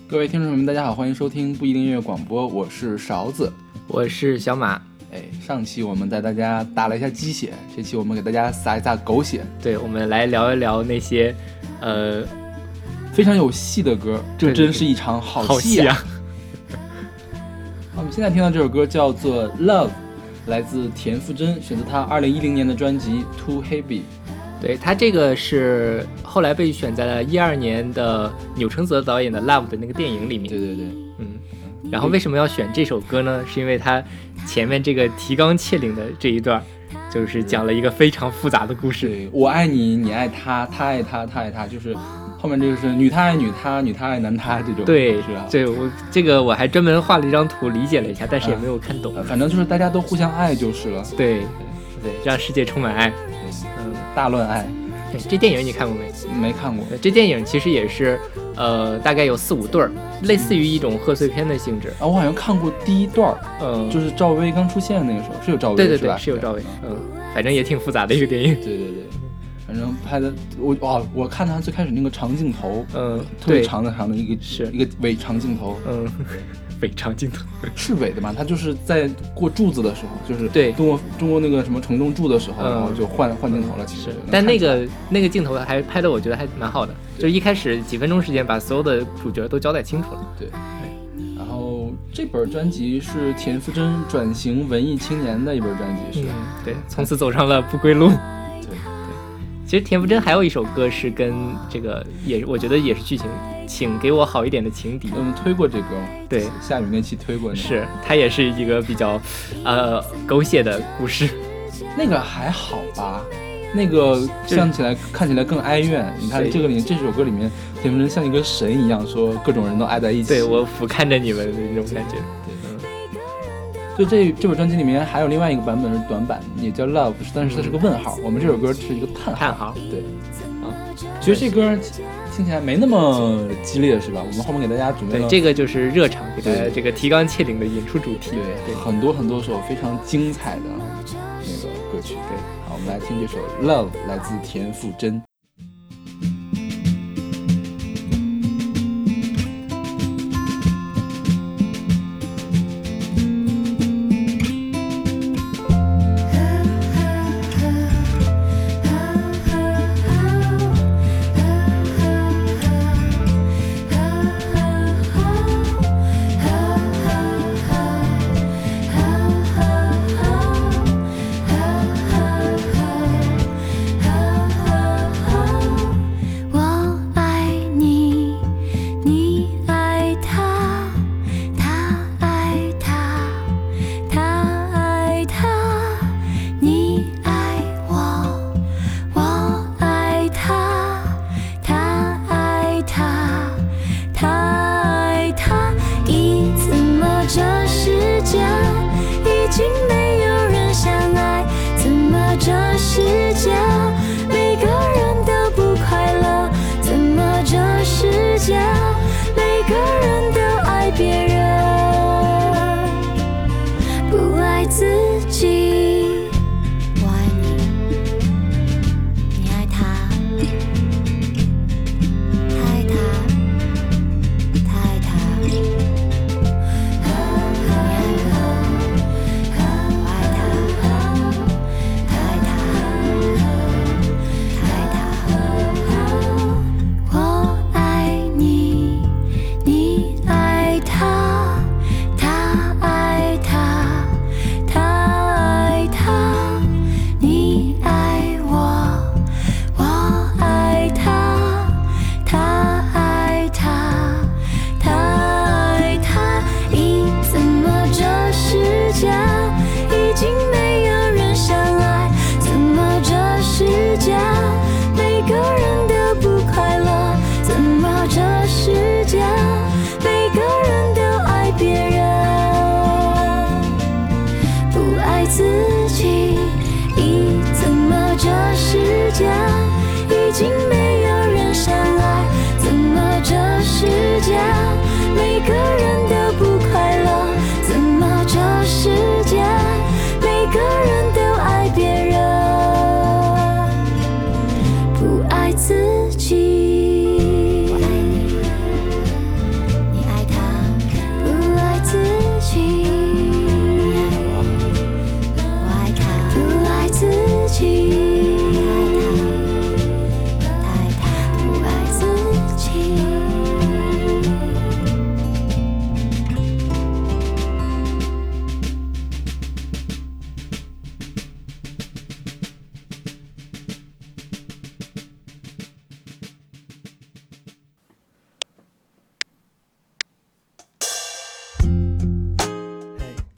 各位听众朋友们，大家好，欢迎收听不一定音乐广播，我是勺子， 我是小马。 上期我们带大家打了一下鸡血，这期我们给大家撒一撒狗血。 对，我们来聊一聊那些非常有戏的歌，这真是一场好戏啊！我们现在听到这首歌叫做《Love》，来自田馥甄，选择他2010年的专辑《Too Heavy》。 对，他这个是后来被选在了2012年的钮承泽导演的《Love》的那个电影里面。 对对对， 然后为什么要选这首歌呢？是因为他前面这个提纲挈领的这一段，就是讲了一个非常复杂的故事。 对，我爱你，你爱他，他爱他，他爱他，就是后面这个是女他爱女他，女他爱男他这种。 对， 是吧？ 对，我还专门画了一张图理解了一下，但是也没有看懂。 反正就是大家都互相爱就是了。 对，让世界充满爱。 大乱爱。 这电影你看过没？ 没看过。 这电影其实也是大概有4-5对，类似于一种贺岁片的性质。 我好像看过第一段，就是赵薇刚出现的那个时候，是有赵薇， 对， 是吧？ 是有赵薇。反正也挺复杂的一个电影。 对，反正拍的我看他最开始那个长镜头，特别长的一个伪长镜头， 伪长镜头是伪的吧？他就是在过柱子的时候，就是对中国那个什么承重柱的时候，然后就换镜头了。其实， 但那个镜头还拍的，我觉得还蛮好的。就一开始几分钟时间把所有的主角都交代清楚了。 对。然后这本专辑是田馥甄转型文艺青年的一本专辑，是吧？ 对，从此走上了不归路。其实田馥甄还有一首歌是跟这个我觉得也是剧情，请给我好一点的情敌。 我们推过这歌吗？ 对， 夏雨那期推过。 是，它也是一个比较狗血的故事。 那个还好吧，那个看起来更哀怨。你看这首歌里面，田馥甄像一个神一样，说各种人都爱在一起。 对，我俯瞰着你们的那种感觉。 就这本专辑里面还有另外一个版本是短版，也叫 Love， 但是它是个问号。我们这首歌是一个叹号。对，其实这歌听起来没那么激烈，是吧？我们后面给大家准备了， 对，这个就是热场，给大家这个提纲挈领的引出主题。 对，很多首非常精彩的那个歌曲。对，好，我们来听这首 Love， 来自田馥甄。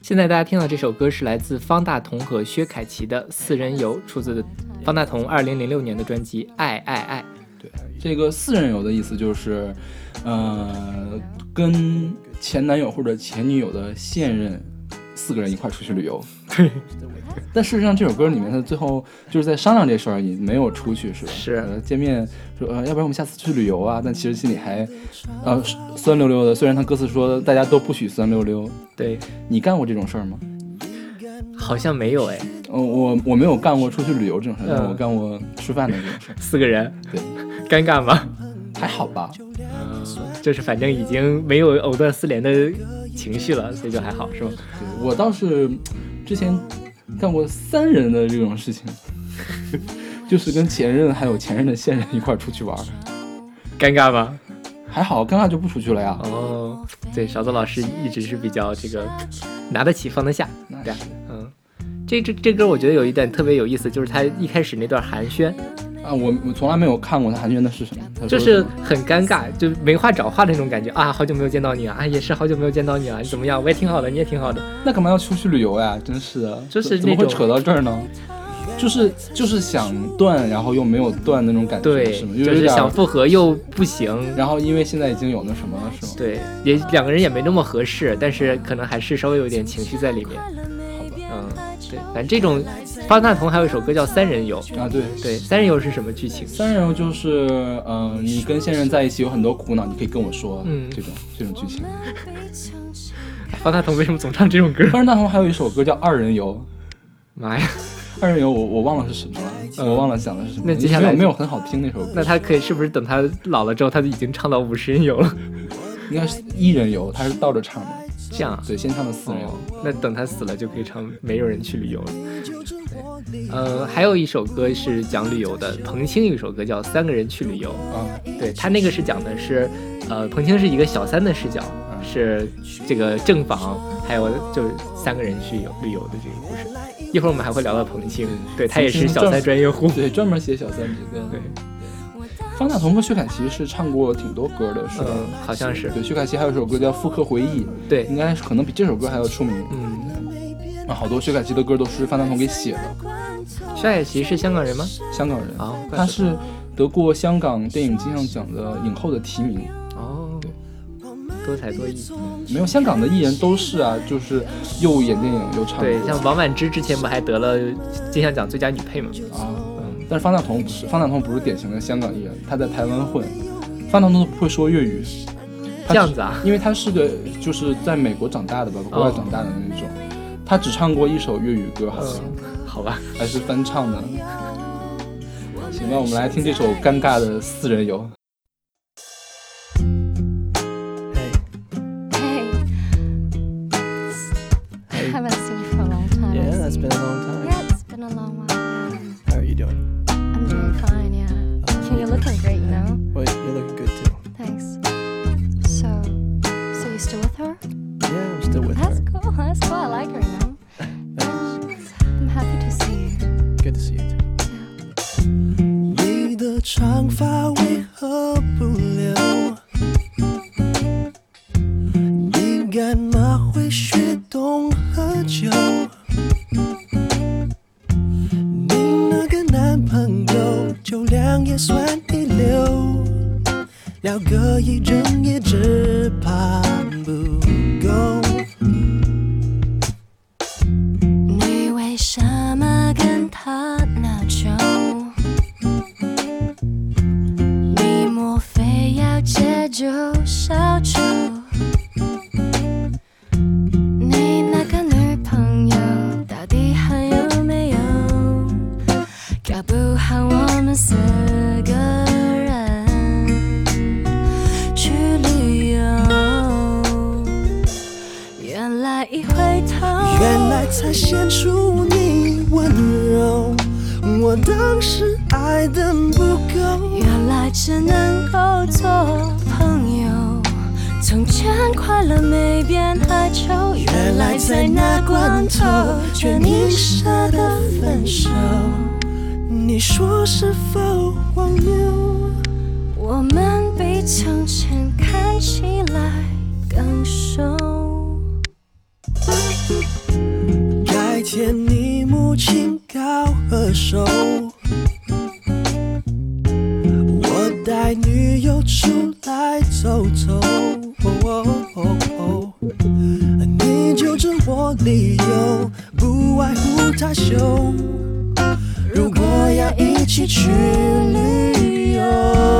现在大家听到这首歌是来自方大同和薛凯琪的《四人游》，出自方大同2006年的专辑《爱爱爱》。 对，这个四人游的意思就是，跟前男友或者前女友的现任4个人一块出去旅游。 对。 但事实上，这首歌里面他最后就是在商量这事儿而已，没有出去，是吧？ 是见面说要不然我们下次去旅游啊？但其实心里还酸溜溜的。虽然他歌词说大家都不许酸溜溜。 对， 你干过这种事儿吗？ 好像没有哎。 我没有干过出去旅游这种事儿，但我干过吃饭的这种事儿。 4个人， 对， 尴尬吗？ 还好吧。 就是反正已经没有藕断丝连的情绪了，所以就还好，是吧？ 对，我倒是之前干过3人的这种事情，就是跟前任还有前任的现任一块出去玩。 尴尬吗？ 还好，尴尬就不出去了呀。 哦，对，勺子老师一直是比较这个拿得起放得下，对，这歌我觉得有一点特别有意思，就是他一开始那段寒暄啊，我从来没有看过他寒暄的是什么， 就是很尴尬，就没话找话的那种感觉啊，好久没有见到你啊，也是好久没有见到你啊，你怎么样？我也挺好的，你也挺好的。 那干嘛要出去旅游呀？真是的， 就是怎么会扯到这儿呢？就是想断，然后又没有断那种感觉， 对， 是吗？ 就是想复合又不行， 然后因为现在已经有那什么了，是吗？ 对，也2个人也没那么合适，但是可能还是稍微有点情绪在里面。 好吧， 对，反正这种方大同还有一首歌叫《三人游》 啊，对， 三人游是什么剧情？ 三人游就是你跟现任在一起有很多苦恼，你可以跟我说，这种剧情。 方大同为什么总唱这种歌？ 方大同还有一首歌叫《二人游》， 妈呀！ 二人游我忘了是什么了，我忘了讲的是什么。 那接下来没有很好听那首歌。 那他可以是不是等他老了之后，他已经唱到50人游了？ 应该是1人游，他是倒着唱的。 这样啊？ 对，先唱的4人游。 那等他死了就可以唱没有人去旅游了。还有一首歌是讲旅游的，彭青有一首歌叫《3个人去旅游》啊。对，他那个是讲的是，彭青是一个小三的视角，是这个正房，还有就是3个人去旅游的这个故事。一会儿我们还会聊到彭青，对他也是小三专业户， 对，专门写小三这个。对，方大同和薛凯琪是唱过挺多歌的，是吧？ 好像是。 对，薛凯琪还有一首歌叫《复刻回忆》， 对， 应该是可能比这首歌还要出名。好多薛凯琪的歌都是方大同给写的。 薛凯琪是香港人吗？ 香港人啊， 他是得过香港电影金像奖的影后的提名。 哦，多才多艺。 没有，香港的艺人都是啊，就是又演电影又唱歌。 对，像王菀之之前不还得了金像奖最佳女配吗？ 但是方大同不是，方大同不是典型的香港艺人，他在台湾混，方大同都不会说粤语。 这样子啊？ 因为他是个就是在美国长大的吧，国外长大的那种。他只唱过1首粤语歌，好像。 好吧， 还是翻唱的。行吧，我们来听这首尴尬的4人游。 I haven't seen you for a long time. Yeah, that's been a long time. Yeah, it's been a long while. Yeah. How are you doing? I'm doing fine, yeah. You're looking great, you know? Well, you're looking good too. Thanks. So you're still with her? Yeah, I'm still with That's her. cool. That's cool. I like her, you know? Thanks. I'm happy to see you. Good to see you too. 你的长发为何不留？你干嘛会学懂喝酒？你那个男朋友酒量也算一流，聊个一整夜只怕不够。 你为什么跟他闹球？你莫非要借酒消愁？你那个女朋友到底还有没有？搞不好我们4个人去旅游。原来一回头， 原来才显出你温柔，我当时爱得不够， 原来只能够做朋友，从前快乐没变还丑， 原来在那关头却你舍得分手，你说是否荒谬？ 我们比从前看起来更熟。 要合手，我带女友出来走走，你揪着我理由，不外乎太羞。如果要一起去旅游，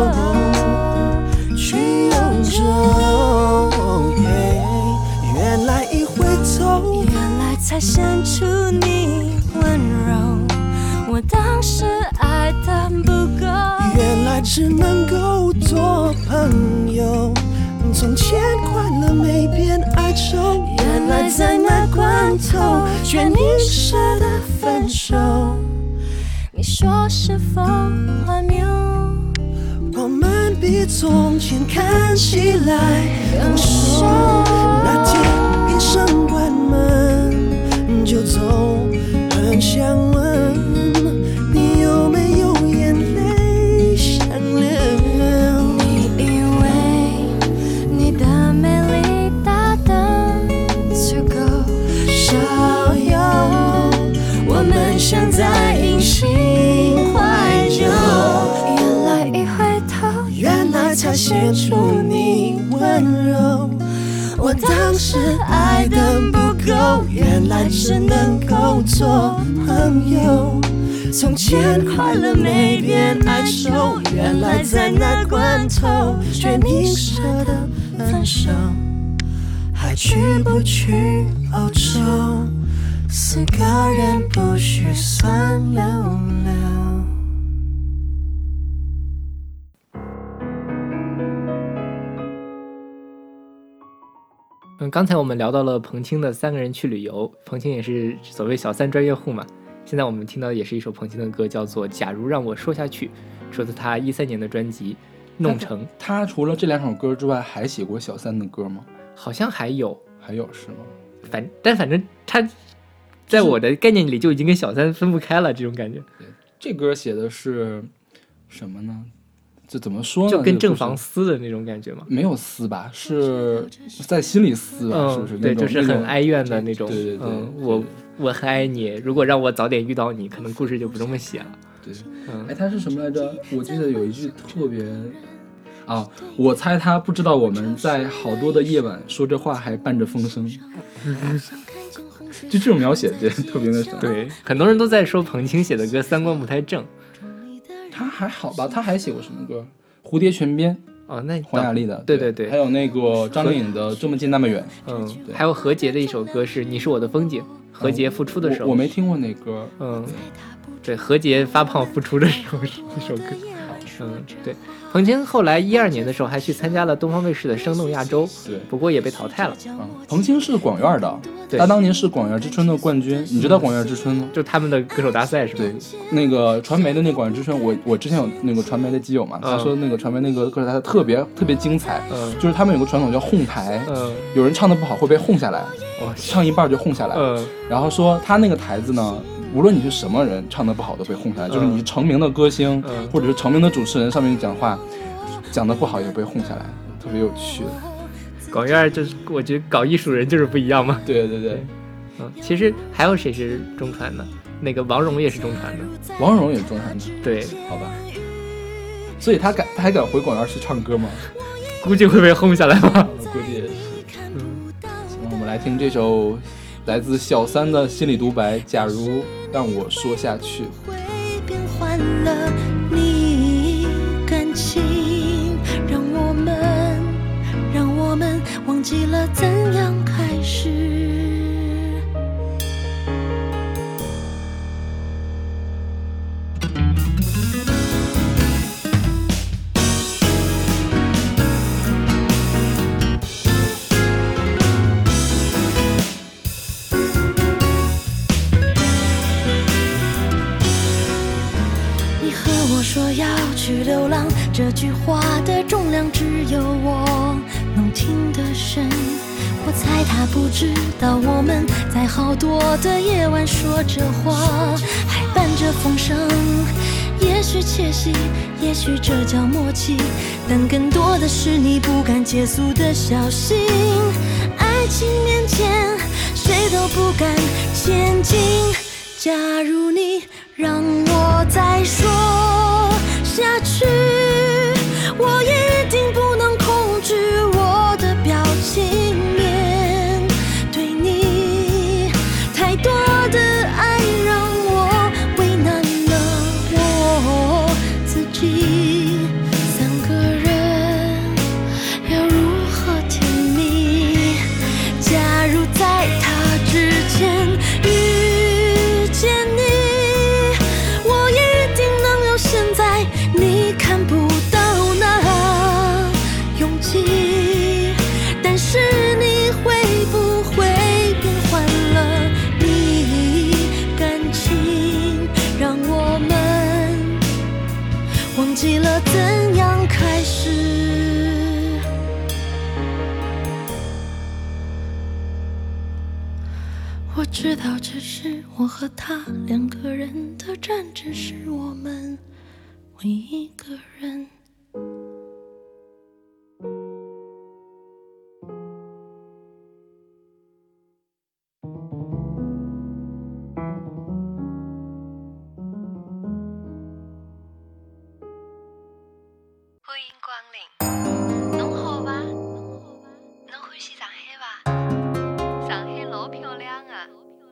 去欧洲，原来一回头， 原来才显出你温柔，我当时爱的不够， 原来只能够做朋友，从前快乐没变哀愁， 原来在那关头，却你舍得分手，你说是否荒谬？ 我们比从前看起来更熟。那天一声关门就走，很想问你有没有眼泪想流？ 你以为你的美丽大得足够少有，我们像在隐形怀旧， 原来一回头， 原来才显出你温柔。我当时爱的不够，原来只能够做朋友。从前快乐没变哀愁，原来在那关头，却你舍得分手，还去不去欧洲？4个人不许算溜溜。 刚才我们聊到了彭青的3个人去旅游，彭青也是所谓小3专业户嘛。现在我们听到的也是一首彭青的歌，叫做《假如让我说下去》，出自他13年的专辑《弄成》。 他除了这2首歌之外，还写过小3的歌吗？ 好像还有是吗？ 反正他在我的概念里就已经跟小3分不开了，这种感觉。 这歌写的是什么呢？这怎么说呢？ 就跟正房撕的那种感觉吗？ 没有撕吧，是在心里撕吧，是不是？ 对，就是很哀怨的那种。 对， 我很爱你，如果让我早点遇到你，可能故事就不这么写了。 对，他是什么来着？我记得有一句特别啊，我猜他不知道我们在好多的夜晚说这话还伴着风声。就这种描写就特别那什么。 对，很多人都在说彭青写的歌3观不太正。 他还好吧？他还写过什么歌？蝴蝶泉边那黄雅莉的， 对， 还有那个张靓颖的这么近那么远， 还有何洁的一首歌是你是我的风景，何洁复出的时候， 我没听过那歌， 对，何洁发胖复出的时候是一首歌，对。彭青后来12年的时候还去参加了东方卫视的生动亚洲， 对， 不过也被淘汰了。 彭青是广院的，他当年是广院之春的冠军，你知道广院之春吗？ 就他们的歌手大赛是吧？ 对，那个传媒的那个广院之春，我之前有那个传媒的基友嘛，他说那个传媒那个歌手大赛特别精彩，就是他们有个传统叫哄台，有人唱的不好会被哄下来，唱一半就哄下来，然后说他那个台子呢，无论你是什么人，唱的不好都被哄下来，就是你是成名的歌星，或者是成名的主持人，上面讲话讲的不好也被哄下来，特别有趣。 广院就是我觉得搞艺术人就是不一样嘛。 对， 其实还有谁是中传的？那个王蓉也是中传的。 王蓉也是中传的。 对， 好吧。所以他还敢回广院去唱歌吗？ 估计会被轰下来吧。 估计也是。行，我们来听这首来自小3的心理独白，假如让我说下去。 会变换了你感情，让我们忘记了怎样开始。说要去流浪，这句话的重量只有我能听得深。我猜他不知道我们在好多的夜晚说着话，还伴着风声。也许窃喜，也许这叫默契，但更多的是你不敢结束的小心。爱情面前，谁都不敢前进。 假如你让我再说下去，我一定不能控制我的表情，面对你太多的爱让我为难了我自己，三个人要如何甜蜜？假如在他之前遇见你，我一定能有现在你看不到那勇气，但是你会不会变换了你感情，让我们忘记了怎样开始。我知道这是我和他两个人的战，只是我们唯一一个人。 欢迎光临，侬好吗？侬欢喜上海伐？上海老漂亮啊！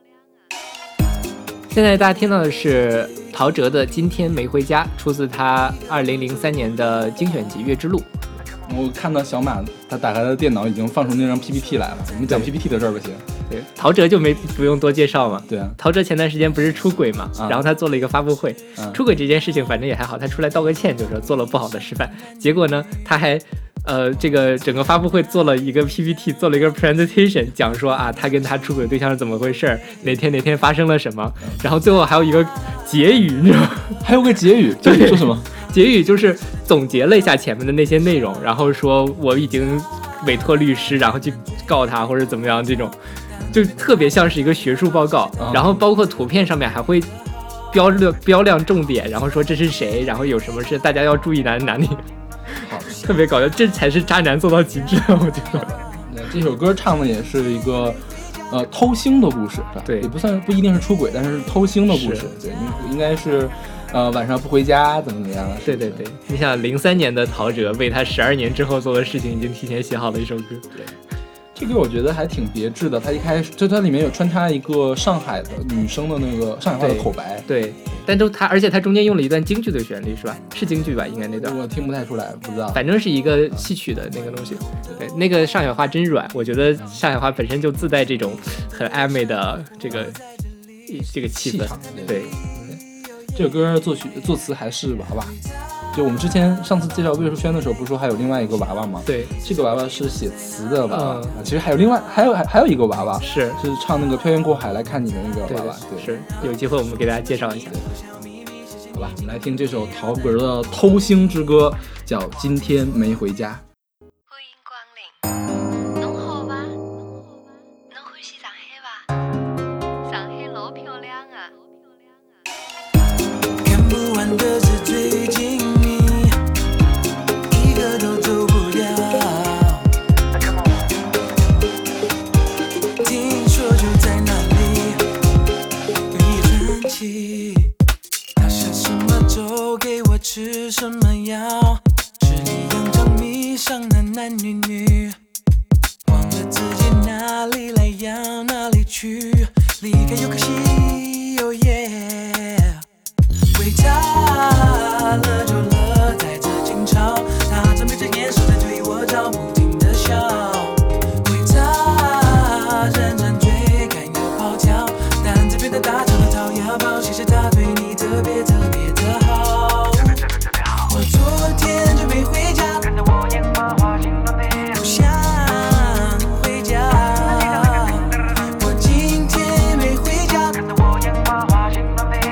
现在大家听到的是陶喆的《今天没回家》，出自他2003年的精选集《月之路》。 我看到小马他打开的电脑已经放出那张 PPT 来了，我们讲 PPT 的事儿吧，行。 对，陶喆就不用多介绍嘛。 对啊， 陶喆前段时间不是出轨嘛，然后他做了一个发布会。出轨这件事情反正也还好，他出来道个歉，就是说做了不好的示范。结果呢，他还这个整个发布会做了一个 PPT， 做了一个 presentation， 讲说啊，他跟他出轨对象是怎么回事，哪天发生了什么，然后最后还有一个结语，你知道吗？ 还有个结语，这里说什么？ 结语就是总结了一下前面的那些内容，然后说我已经委托律师，然后去告他或者怎么样，这种就特别像是一个学术报告，然后包括图片上面还会标亮重点，然后说这是谁，然后有什么事大家要注意哪里，好，特别搞笑，这才是渣男做到极致了，我觉得。 这首歌唱的也是一个偷腥的故事， 对， 也不一定是出轨，但是偷腥的故事，对，应该是。晚上不回家怎么样？ 对对对，你想03年的陶喆为他12年之后做的事情，已经提前写好了一首歌。 对，这歌我觉得还挺别致的。他一开始就它里面有穿插一个上海的女生的那个上海话的口白。 对，但而且他中间用了一段京剧的旋律，是吧？是京剧吧？应该那段我听不太出来，不知道。 反正是一个戏曲的那个东西。对，那个上海话真软，我觉得上海话本身就自带这种很暧昧的这个气氛。对。 这首歌作词还是娃娃，就我们上次介绍魏如萱的时候，不是说还有另外一个娃娃吗？ 对， 这个娃娃是写词的娃娃，其实还有一个娃娃是唱那个漂洋过海来看你的那个娃娃，对， 是有机会我们给大家介绍一下。 好吧，我们来听这首陶喆的偷腥之歌，叫《今天没回家》。 欢迎光临，侬好吗？侬欢喜上海伐？上海老漂亮啊！ 不完的是最近你一个都走不掉，听说就在那里有一传奇，他下什么粥给我吃什么药，吃里养成迷上的男女女，忘了自己哪里来要哪里去，离开又可惜又回家了就乐在这静潮，他正闭着眼手在对我照，不停地笑，回家认真追赶又跑跳，但这边的大桥的掏腰包，谢谢他对你特别的好，我昨天就没回家，看着我眼花花心乱飞，不想回家，我今天没回家，看着我眼花花心乱飞，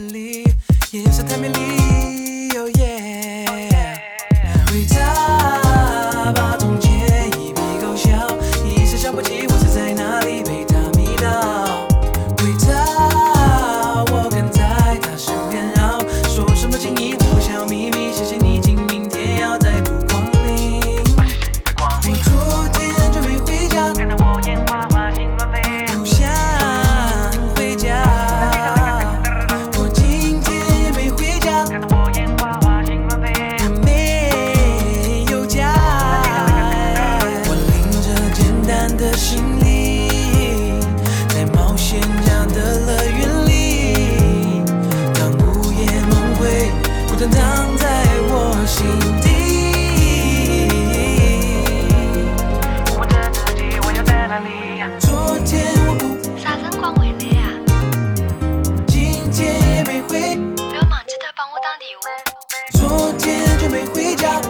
里，颜色太美丽，哦耶！回家吧，从前一笔勾销，一时想不起我是在哪里被他迷倒。回家，我跟在他身边绕，说什么情谊多小秘密，谢谢你，请明天要再度光临。我昨天准备回家，看到我眼花花心乱飞，不想回家。我今天也没回家，看到我眼花花心乱飞，我没有家。我拎着简单的行李，在冒险家的乐园里，当午夜梦回，孤单躺在我心底。我问着自己，我要在哪里？昨天我不， 啥辰光回来呀？ 今天也没回， 不要忘记得帮我打电话。 昨天就没回家，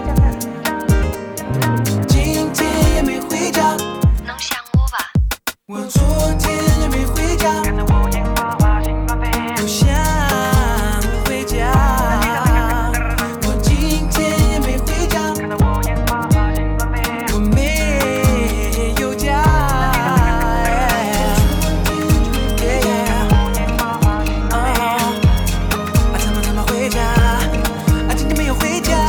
今天也没回家。 能想我吧？ 我昨天也没回家，看到我眼花花心乱飞，不想回家。我今天也没回家，看到我眼花花心乱飞，我没有家。怎么回家？今天没有回家。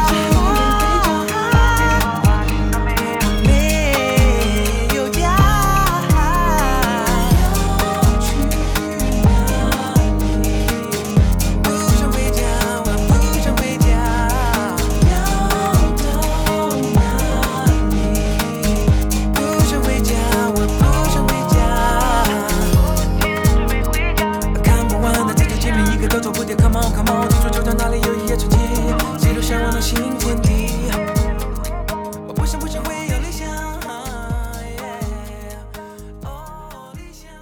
没有家。不想回家，我不想回家。要到哪里？不想回家，我不想回家。看不完的这条街，每一个都走不掉。Come on, come on， 听说球场哪里有一夜传奇，谁都向往的新天地。我不想会有理想。哦，理想。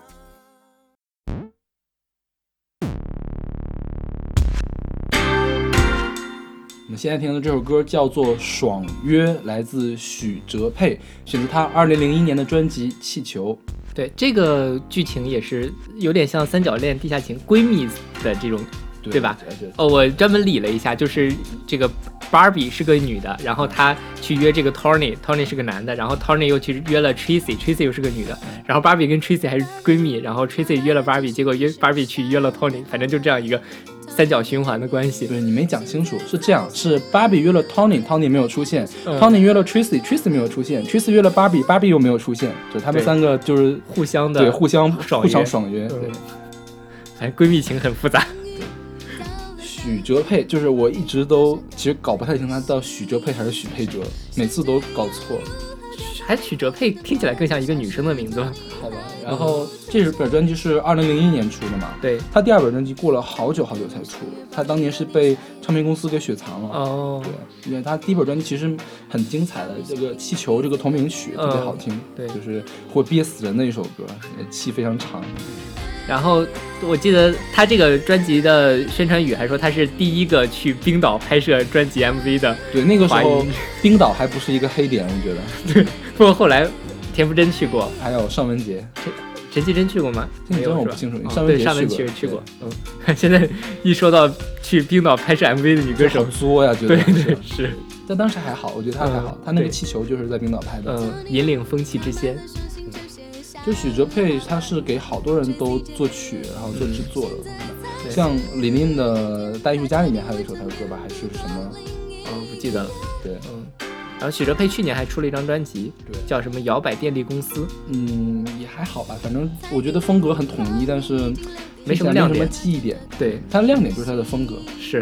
我们现在听的这首歌叫做《爽约》，来自许哲佩，选自他2001年的专辑《气球》。 对，这个剧情也是有点像三角恋、地下情、闺蜜的这种，对吧？ 对。 哦，我专门理了一下，就是这个 Barbie 是个女的，然后她去约这个 Tony 是个男的，然后 Tony 又去约了 Tracy 又是个女的，然后 Barbie 跟 Tracy 还是闺蜜，然后 Tracy 约了 Barbie， 结果Barbie 去约了 Tony， 反正就这样一个三角循环的关系。 对，你没讲清楚，是这样，是 Barbie 约了 Tony 没有出现，Tony 约了 Tracy 没有出现，Tracy 约了 Barbie 又没有出现，就是他们三个就是互相的， 对，互相爽约， 对，反正闺蜜情很复杂。 许哲佩就是我一直都其实搞不太清他到许哲佩还是许佩哲，每次都搞错。 还许哲佩听起来更像一个女生的名字吧？ 好吧。然后这本专辑是2001年出的嘛？ 对。 他第二本专辑过了好久才出，他当年是被唱片公司给雪藏了。 哦。 对，因为他第一本专辑其实很精彩的，这个《气球》这个同名曲特别好听， 对， 就是会憋死人的一首歌，气非常长。 然后我记得他这个专辑的宣传语还说他是第一个去冰岛拍摄专辑 MV 的。 对，那个时候冰岛还不是一个黑点，我觉得。 对，不过后来田馥甄去过， 还有尚雯婕。 陈绮贞去过吗？ 没有，我不清楚。尚雯婕去过。现在一说到去冰岛拍摄 MV 的女歌手， 好作呀，觉得。 对，是。 但当时还好，我觉得她还好。她那个气球就是在冰岛拍的。 引领风气之先。 就许哲佩，他是给好多人都作曲，然后做制作的。像李玲的《大艺术家》里面还有一首他的歌吧，还是什么？ 不记得了。 对， 然后许哲佩去年还出了一张专辑， 对， 叫什么摇摆电力公司。 也还好吧，反正我觉得风格很统一，但是没什么亮点， 没什么记忆点。 对， 它的亮点就是它的风格。 是。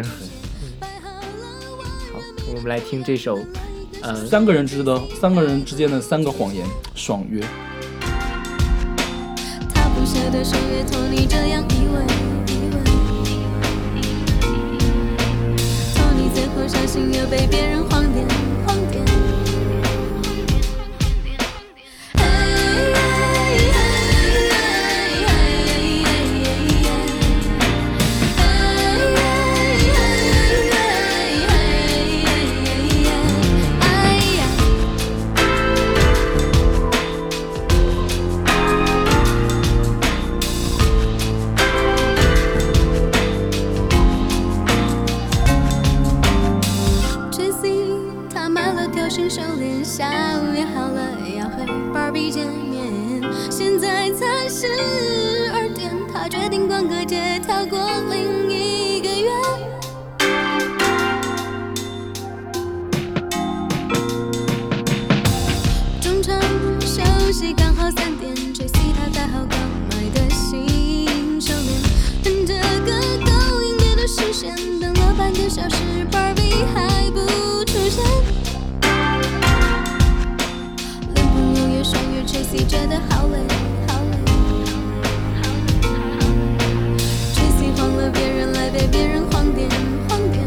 好，我们来听这首， 三个人之间的三个谎言，爽约。 他不舍得说也托你这样以为，托你最后相信又被别人晃点。 跳过另一个月。中场休息刚好3点，Tracy 他戴好刚买的新手链，哼着歌勾引你的视线，等了半个小时 Barbie 还不出现。连朋友也爽约 Tracy 觉得好累好累。Tracy 晃了别人来被别人晃点晃点。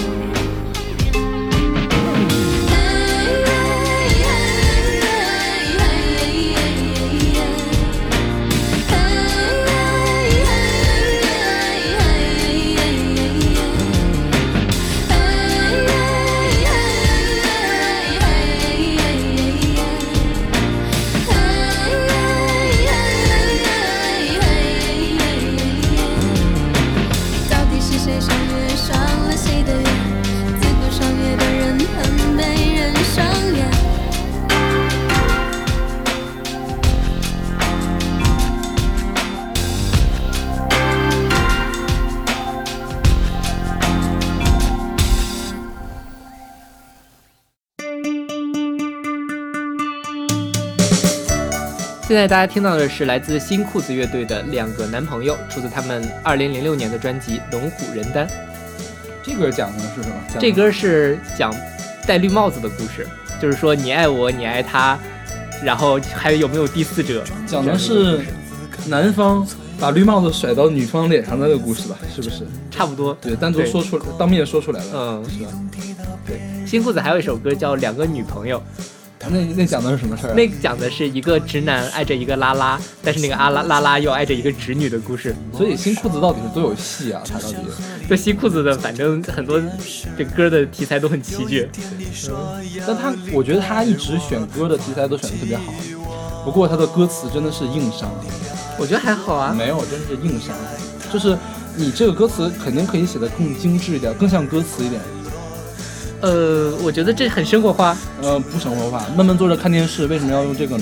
现在大家听到的是来自新裤子乐队的《两个男朋友》，出自他们2006年的专辑《龙虎人丹》。 这歌讲的是什么？ 这歌是讲戴绿帽子的故事，就是说你爱我，你爱他，然后还有没有第四者？ 讲的是男方把绿帽子甩到女方脸上的那个故事吧？是不是？ 差不多。 对，单独说出，当面说出来了。 嗯， 是吧？ 对，新裤子还有一首歌叫《两个女朋友》。 那讲的是什么事儿？ 那讲的是一个直男爱着一个拉拉，但是那个拉拉又爱着一个直女的故事。 所以新裤子到底是都有戏啊？他到底？ 这新裤子的，反正很多这歌的题材都很奇绝。 但我觉得他一直选歌的题材都选得特别好。不过他的歌词真的是硬伤。 我觉得还好啊。 没有，真是硬伤。就是你这个歌词肯定可以写得更精致一点，更像歌词一点。 我觉得这很生活化。 不生活化。闷闷坐着看电视，为什么要用这个呢？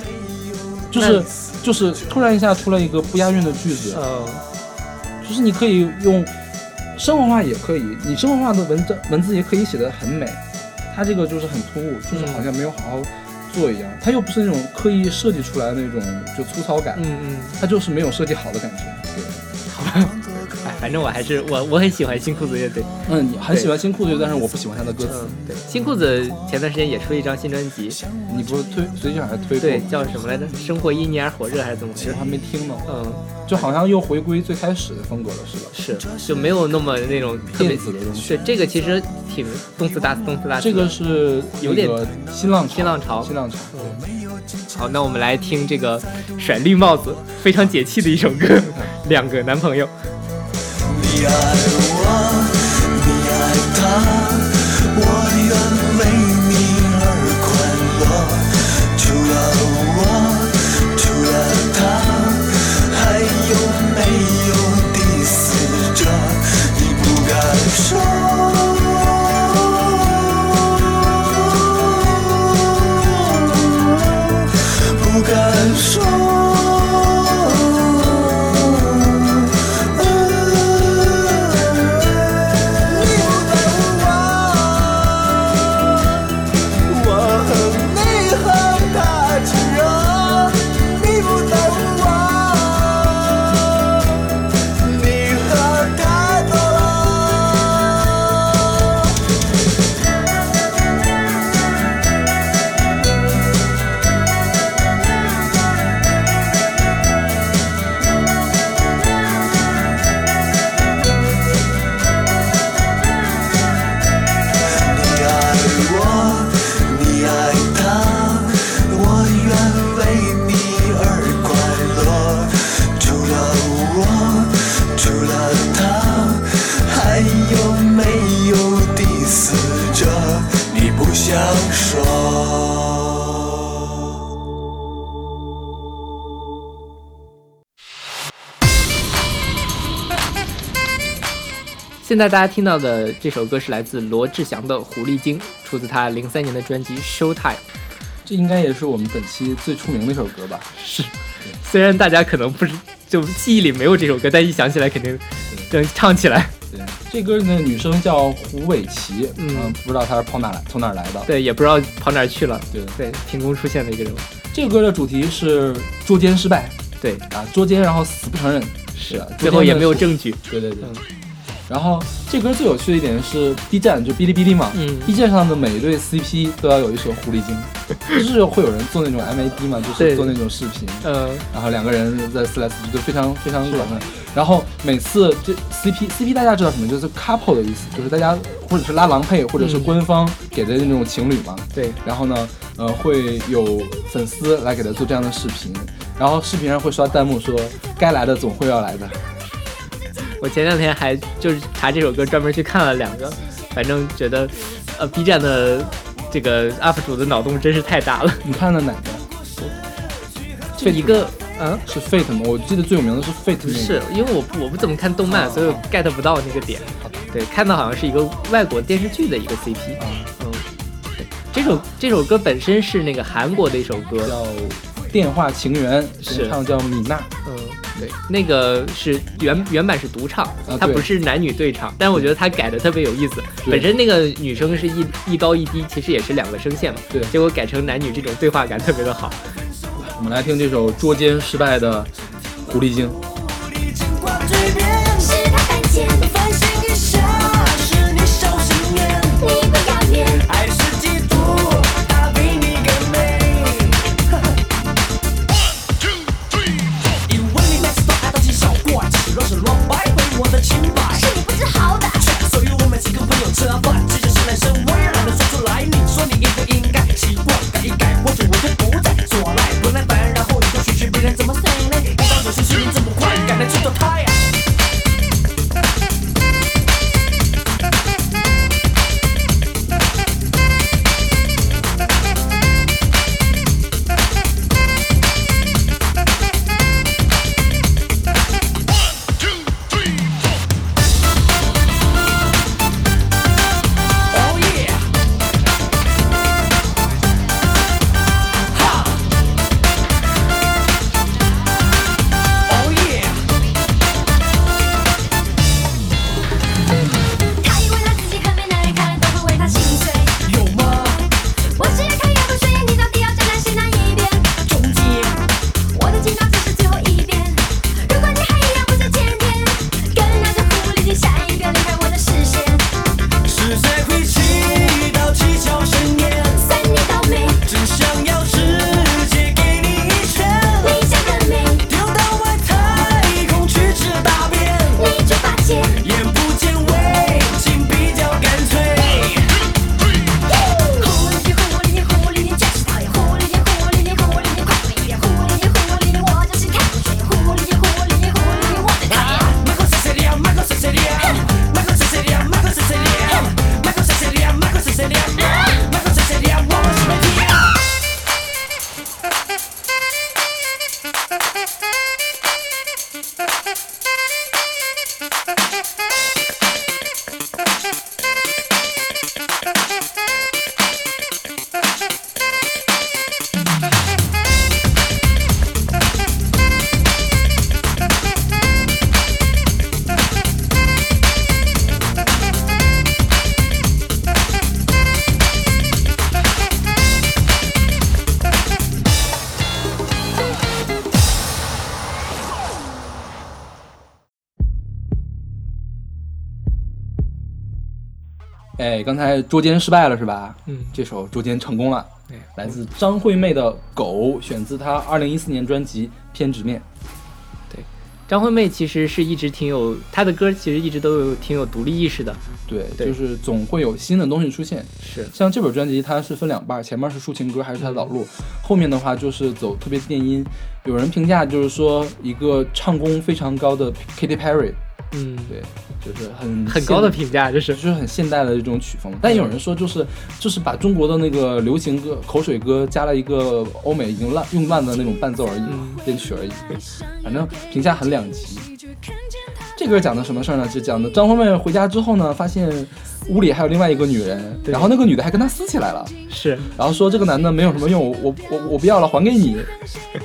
就是突然一下出来一个不押韵的句子。就是你可以用生活化，也可以，你生活化的文字也可以写得很美。它这个就是很突兀，就是好像没有好好做一样。它又不是那种刻意设计出来的那种就粗糙感。它就是没有设计好的感觉。对， 好吧。反正我很喜欢新裤子乐队。 你很喜欢新裤子乐队，但是我不喜欢他的歌词。 对，新裤子前段时间也出了一张新专辑， 你不是随脚还推过？ 对，叫什么来着？生活因你而火热还是怎么回事？ 我还没听呢。就好像又回归最开始的风格了，是吧？ 是，就没有那么那种电子的东西。 对，这个其实挺动次打次。 这个是有点新浪潮。 好，那我们来听这个甩绿帽子非常解气的一首歌，《两个男朋友》。 你爱我，你爱他，我愿为你而快乐。除了我，除了他，还有没有第四者？你不敢说，不敢说。 现在大家听到的这首歌是来自罗志祥的《狐狸精》，出自他03年的专辑《Showtime》。 这应该也是我们本期最出名的一首歌吧？ 是， 虽然大家可能不是就记忆里没有这首歌，但一想起来肯定能唱起来。 对，这歌的女生叫胡伟琪，不知道她是从哪来的， 对，也不知道跑哪去了， 对， 凭空出现的一个人物。 这个歌的主题是捉奸失败， 对捉奸然后死不承认，是的， 最后也没有证据， 对。然后这歌最有趣的一点是 B 站就哔哩哔哩嘛，B 站上的每一对 CP 都要有一首狐狸精，就是会有人做那种 MAD 嘛，就是做那种视频，然后两个人在撕来撕去，就非常非常软烂。然后每次这 CP 大家知道什么，就是 couple 的意思，就是大家或者是拉郎配，或者是官方给的那种情侣嘛。 对。 然后呢，会有粉丝来给他做这样的视频，然后视频上会刷弹幕说该来的总会要来的。 我前2天还就是查这首歌，专门去看了2个，反正觉得，B 站的这个 UP 主的脑洞真是太大了。 你看的哪个？ 就一个， 是 Fate 吗？我记得最有名的是 Fate。 不是，因为我不怎么看动漫，所以我 get 不到那个点。对，看到好像是一个外国电视剧的一个 CP。对，这首歌本身是那个韩国的一首歌， 叫《电话情缘》， 是唱叫米娜。 对，那个是原版是独唱，它不是男女对唱，但是我觉得它改的特别有意思。本身那个女生是一高一低，其实也是2个声线嘛， 对， 结果改成男女这种对话感特别的好。 我们来听这首捉奸失败的狐狸精。 是他胆怯， 繁星一下，是你小心眼， 你不要脸， 还是嫉妒他比你更美。因为你每次都爱到起小怪，只是乱是乱掰毁我的清白， 是你不知好歹， 所以我们几个朋友吃饭，其实是男生我也懒得说出来。你说你应不应该习惯改一改，或者我就不再说赖，不耐烦，然后你就学别人怎么 say 呢？一到手心心这么快，赶来吃到太阳。 刚才捉奸失败了是吧？这首捉奸成功了。 对， 来自张惠妹的《狗》，选自她2014年专辑《偏执面》。 对，张惠妹其实是一直她的歌其实一直都挺有独立意识的。 对，就是总会有新的东西出现。 是， 像这本专辑它是分2半，前面是抒情歌还是她的老路，后面的话就是走特别电音。有人评价就是说一个唱功非常高的 Katy Perry。对，就是很高的评价，就是很现代的这种曲风。但有人说就是把中国的那个流行歌、口水歌加了一个欧美已经用烂的那种伴奏而已，编曲而已。反正评价很两极。这歌讲的什么事儿呢？就讲的张惠妹回家之后呢，发现屋里还有另外一个女人，然后那个女的还跟她撕起来了。 是， 然后说这个男的没有什么用，我不要了，还给你。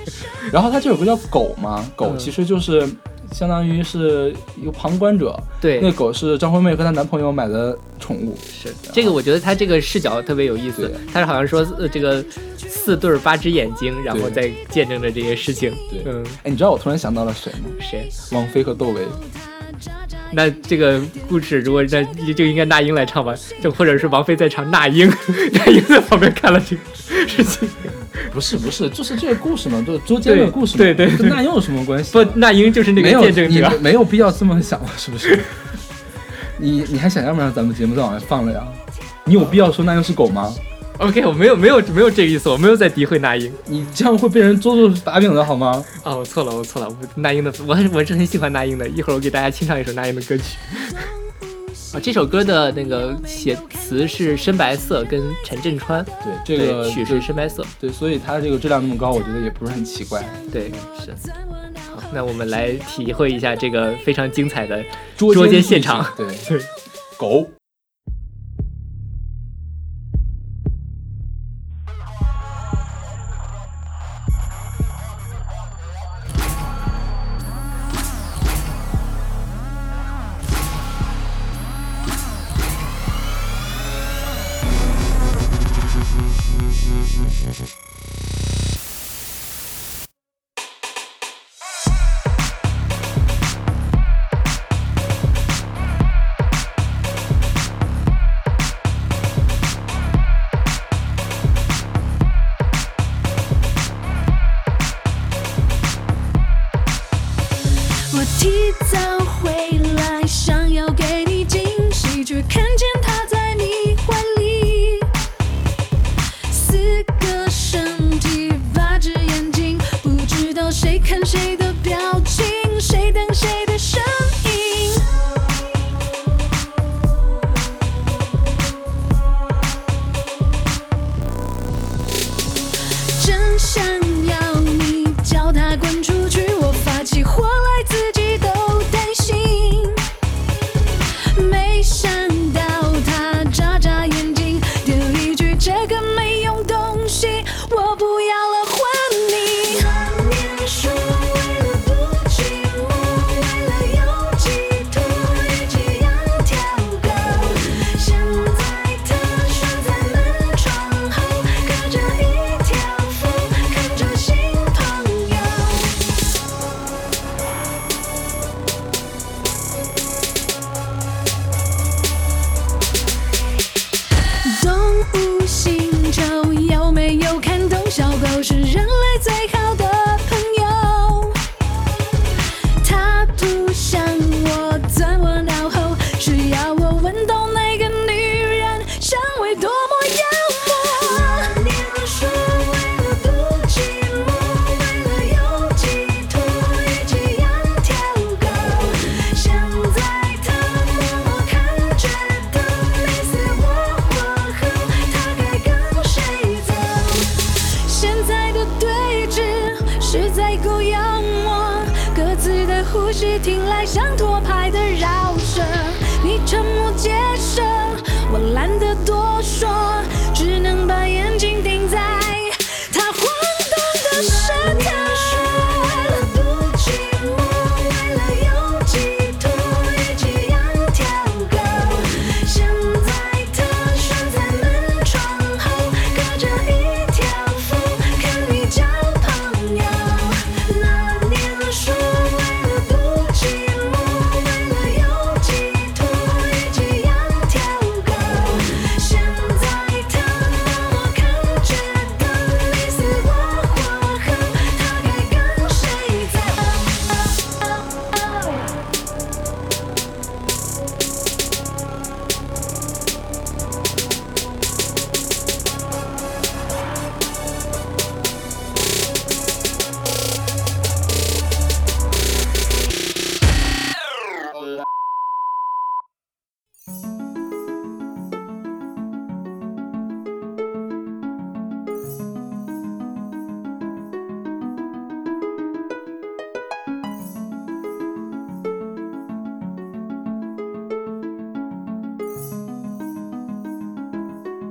然后他这首歌叫狗嘛，狗其实就是相当于是一个旁观者， 对， 那狗是张惠妹和她男朋友买的宠物。 是这个，我觉得他这个视角特别有意思。他是好像说这个4对8只眼睛，然后再见证着这些事情。 对，哎，你知道我突然想到了谁吗？ 谁？ 王菲和窦唯。 那这个故事如果就应该那英来唱吧，就或者是王菲在唱那英，那英在旁边看了这个事情。 不是，就是这个故事嘛，就是周间的故事嘛， 对， 跟那英有什么关系？ 不，那英就是那个见证者， 没有必要这么想了，是不是？你还想要不让咱们节目再往外放了呀？你有必要说那英是狗吗 ？OK， 我没有这个意思，我没有在诋毁那英， 你这样会被人捉住把柄的好吗？ 啊，我错了，那英的，我是很喜欢那英的，一会儿我给大家清唱一首那英的歌曲。啊，这首歌的那个写词是深白色跟陈振川， 对，这个曲是深白色， 对，所以它这个质量那么高，我觉得也不是很奇怪。 对，是。好，那我们来体会一下这个非常精彩的捉奸现场。 对，狗。 我提早回来，想要给你惊喜，却看见他在你怀里。4个身体，8只眼睛，不知道谁看谁的表情，谁等谁的声音。真想要你叫他滚出去，我发起火来自己都担心。没想到他眨眨眼睛，丢一句这个没用东西，我不要了，还你。那年说为了不寂寞，为了有寄托，一起养条狗。现在他拴在门窗后，隔着一条缝，看着新朋友。动物星球有没有看懂？小狗是人类最好的朋友。它扑向我，钻我脑后，只要我闻到那个女人香味多么妖魔。那年说为了不寂寞，为了有寄托，一起养条狗。现在他默默看，觉得你死我活后，他该跟谁走？现在的对峙是在勾引我，各自的呼吸听来像拖拍的绕舌。你瞠目结舌，我懒得多说，只能把眼睛盯在他晃动的身体。为了不寂寞，为了有寄托，一起养条狗。现在他拴在门窗后，隔着一条缝，看你交朋友。那年说为了不寂寞，为了有寄托，一起养条狗。现在他默默看，觉得你死我活后，他该跟谁走？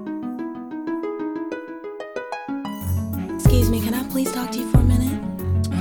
Excuse me, can I please talk to you for a minute?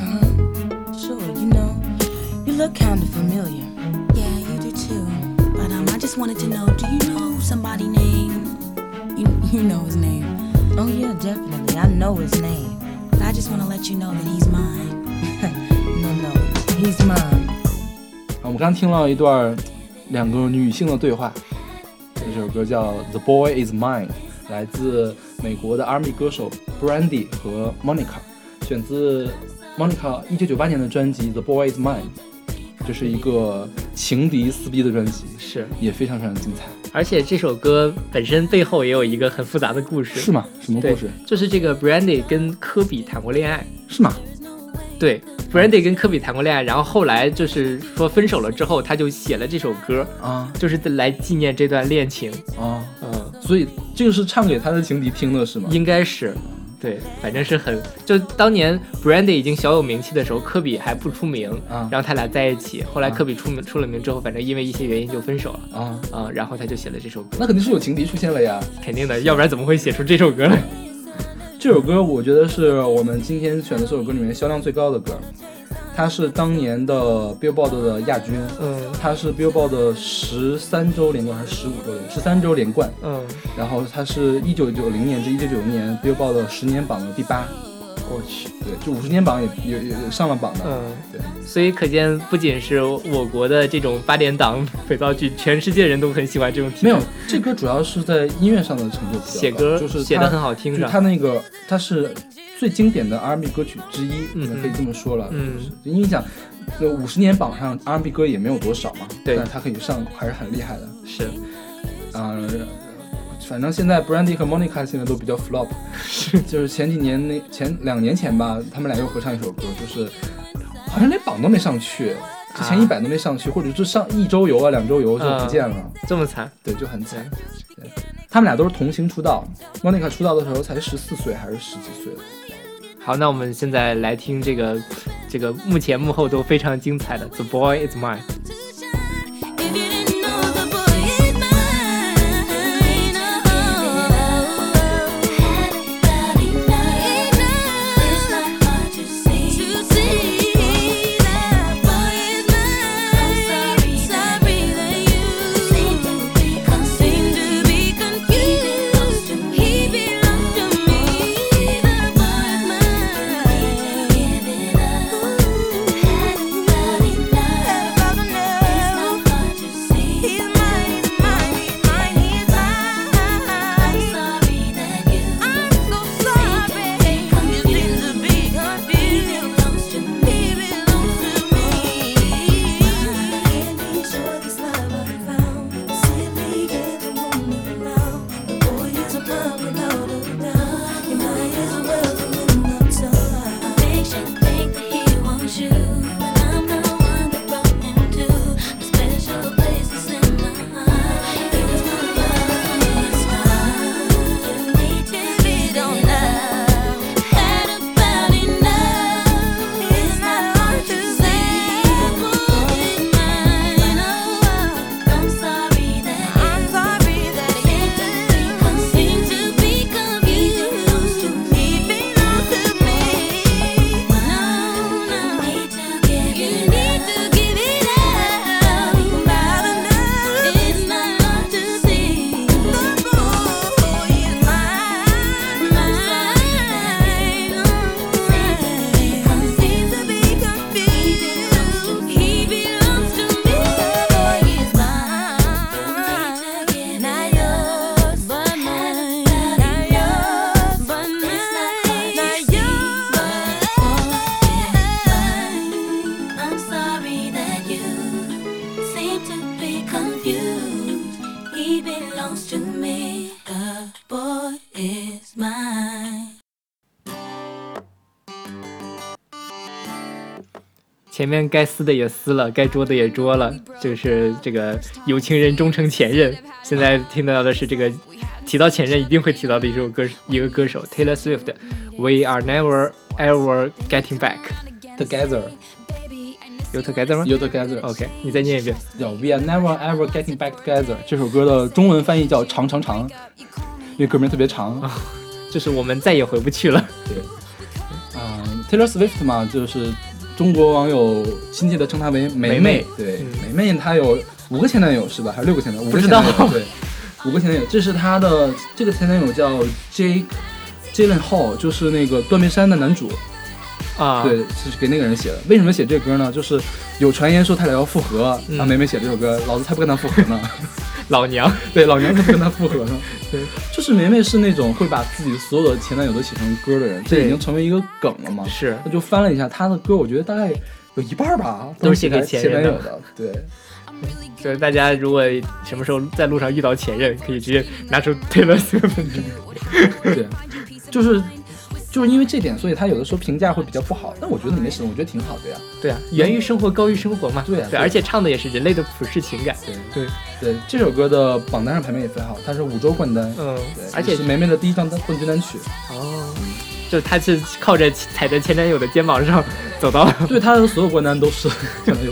look kind of familiar. Yeah, you do too. But I just wanted to know, do you know somebody named... You know his name. Oh yeah, definitely. I know his name. But I just want to let you know that he's mine. No, he's mine. 我们刚听了一段两个女性的对话，这首歌叫 The Boy Is Mine， 来自美国的 R&B 歌手 Brandy 和 Monica， 选自 Monica 1998年的专辑 The Boy Is Mine， 这是一个情敌撕逼的专辑， 是也非常非常精彩。 而且这首歌本身背后也有一个很复杂的故事。 是吗？什么故事？ 就是这个 Brandy 跟科比谈过恋爱。 是吗？ 对， Brandy 跟科比谈过恋爱，然后后来就是说分手了之后，他就写了这首歌啊， 就是来纪念这段恋情啊。所以这个是唱给他的情敌听的是吗？ 应该是。对，反正是很，就当年 Brandy 已经小有名气的时候，科比还不出名，然后他俩在一起，后来科比出了名之后，反正因为一些原因就分手了然后他就写了这首歌。 那肯定是有情敌出现了呀， 肯定的，要不然怎么会写出这首歌来？ 这首歌我觉得是我们今天选的这首歌里面销量最高的歌，它是当年的 Billboard 的亚军，它是 Billboard 的13周连冠还是15周连13周连冠，然后它是1990年至1995年 Billboard 的10年榜的第8。 我去， 对，就50年榜也上了榜的，对， 所以可见不仅是我国的这种8点档肥皂剧，全世界人都很喜欢这种题材。 没有，这歌主要是在音乐上的成就比较高， 写歌就是写得很好听， 就是它是最经典的 R&B 歌曲之一，可以这么说了。因为你想，50年榜上 R&B 歌也没有多少嘛， 对， 但它可以上还是很厉害的。 是， 反正现在 Brandy 和 Monica 现在都比较 flop， 就是前2年前吧，他们俩又合唱一首歌，就是好像连榜都没上去，之前100都没上去，或者是上1周游啊2周游就不见了， 这么惨？ 对，就很惨。对，他们俩都是同行出道 ，Monica 出道的时候才14岁还是10几岁了。 好，那我们现在来听这个幕前幕后都非常精彩的 The Boy Is Mine。前面该撕的也撕了，该捉的也捉了，就是这个有情人终成前任。现在听到的是这个提到前任一定会提到的一个歌手 Taylor Swift， We are never ever getting back together。 有 together 吗？ 有 together。 OK， 你再念一遍。 叫 We are never ever getting back together。这首歌的中文翻译叫长长长，因为歌名特别长， 就是我们再也回不去了。 对，Taylor Swift 嘛，就是中国网友亲切的称她为梅梅。对，梅梅她有5个前男友是吧？还是6个前男友？5个前男友。对，5个前男友。这是她的这个前男友叫 Jalen Hall， 就是那个断背山的男主。 啊， 对，是给那个人写的。为什么写这歌呢？就是有传言说他俩要复合，梅梅写这首歌，老子才不跟他复合呢。 老娘， 对，老娘才不跟他复合呢。对，就是梅梅是那种会把自己所有的前男友都写成歌的人，这已经成为一个梗了嘛。 是， 他就翻了一下他的歌，我觉得大概有一半吧， 都是写给前男友的。对， 就是大家如果什么时候在路上遇到前任，可以直接拿出 Taylor Swift。 对，就是因为这点，所以他有的时候评价会比较不好，但我觉得没什么，我觉得挺好的呀。 对啊，源于生活，高于生活嘛。 对啊， 对，而且唱的也是人类的普世情感。 对，这首歌的榜单上排名也非常好，它是5周冠单。对， 而且是梅梅的第1张冠军单曲。 哦，就他是靠着踩在前男友的肩膀上走到。 对，他的所有冠单都是前男友。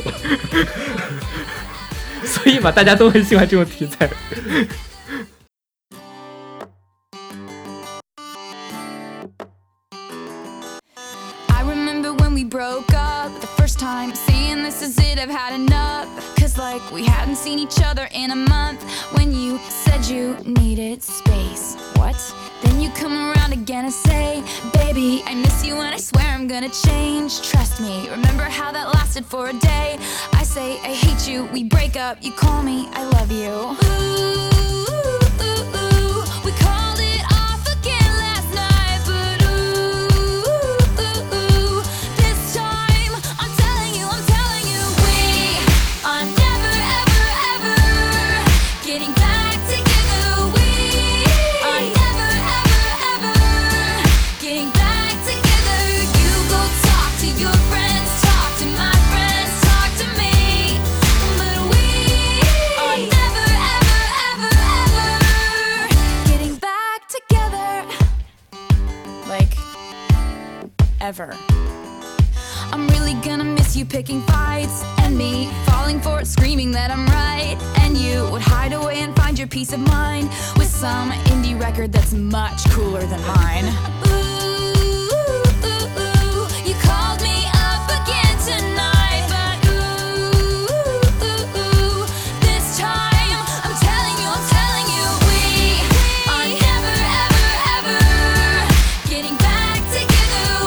所以嘛，大家都很喜欢这种题材。 We broke up the first time, saying this is it, I've had enough. Cause like we hadn't seen each other in a month. When you said you needed space, what? Then you come around again and say, baby, I miss you and I swear I'm gonna change. Trust me, remember how that lasted for a day. I say I hate you, we break up, you call me, I love you. Ooh. Ever. I'm really gonna miss you picking fights and me falling for it, screaming that I'm right, and you would hide away and find your peace of mind with some indie record that's much cooler than mine. Ooh, you called me up again tonight, but ooh, this time I'm telling you, we are never ever getting back together.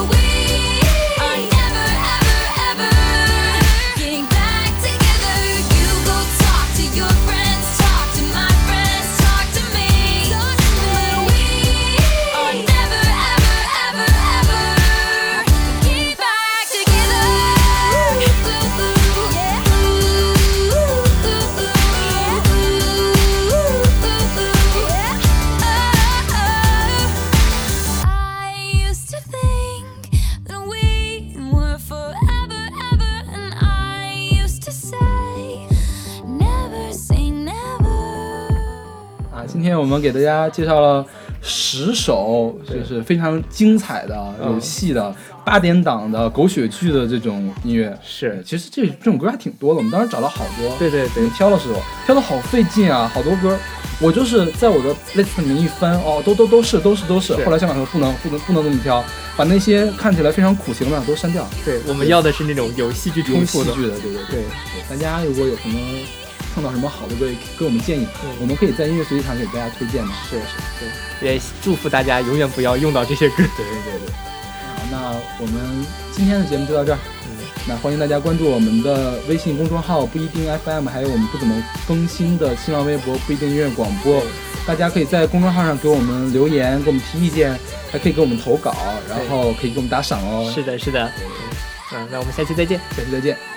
今天我们给大家介绍了10首，就是非常精彩的、有戏的、8点档的、狗血剧的这种音乐。 是， 其实这种歌还挺多的，我们当时找了好多。 对， 我们挑的时候挑的好费劲啊，好多歌。我就是在我的 list 里面一翻，都是。后来香港说不能这么挑，把那些看起来非常苦情的都删掉。 对，我们要的是那种有戏剧冲突的。 对。大家如果有什么碰到什么好的歌，也给我们建议，我们可以在音乐随机场给大家推荐的。 是，对，也祝福大家永远不要用到这些歌。 对。好，那我们今天的节目就到这儿。那欢迎大家关注我们的微信公众号不一定 FM， 还有我们不怎么更新的新浪微博不一定音乐广播。大家可以在公众号上给我们留言，给我们提意见，还可以给我们投稿，然后可以给我们打赏哦。 是的。那我们下期再见。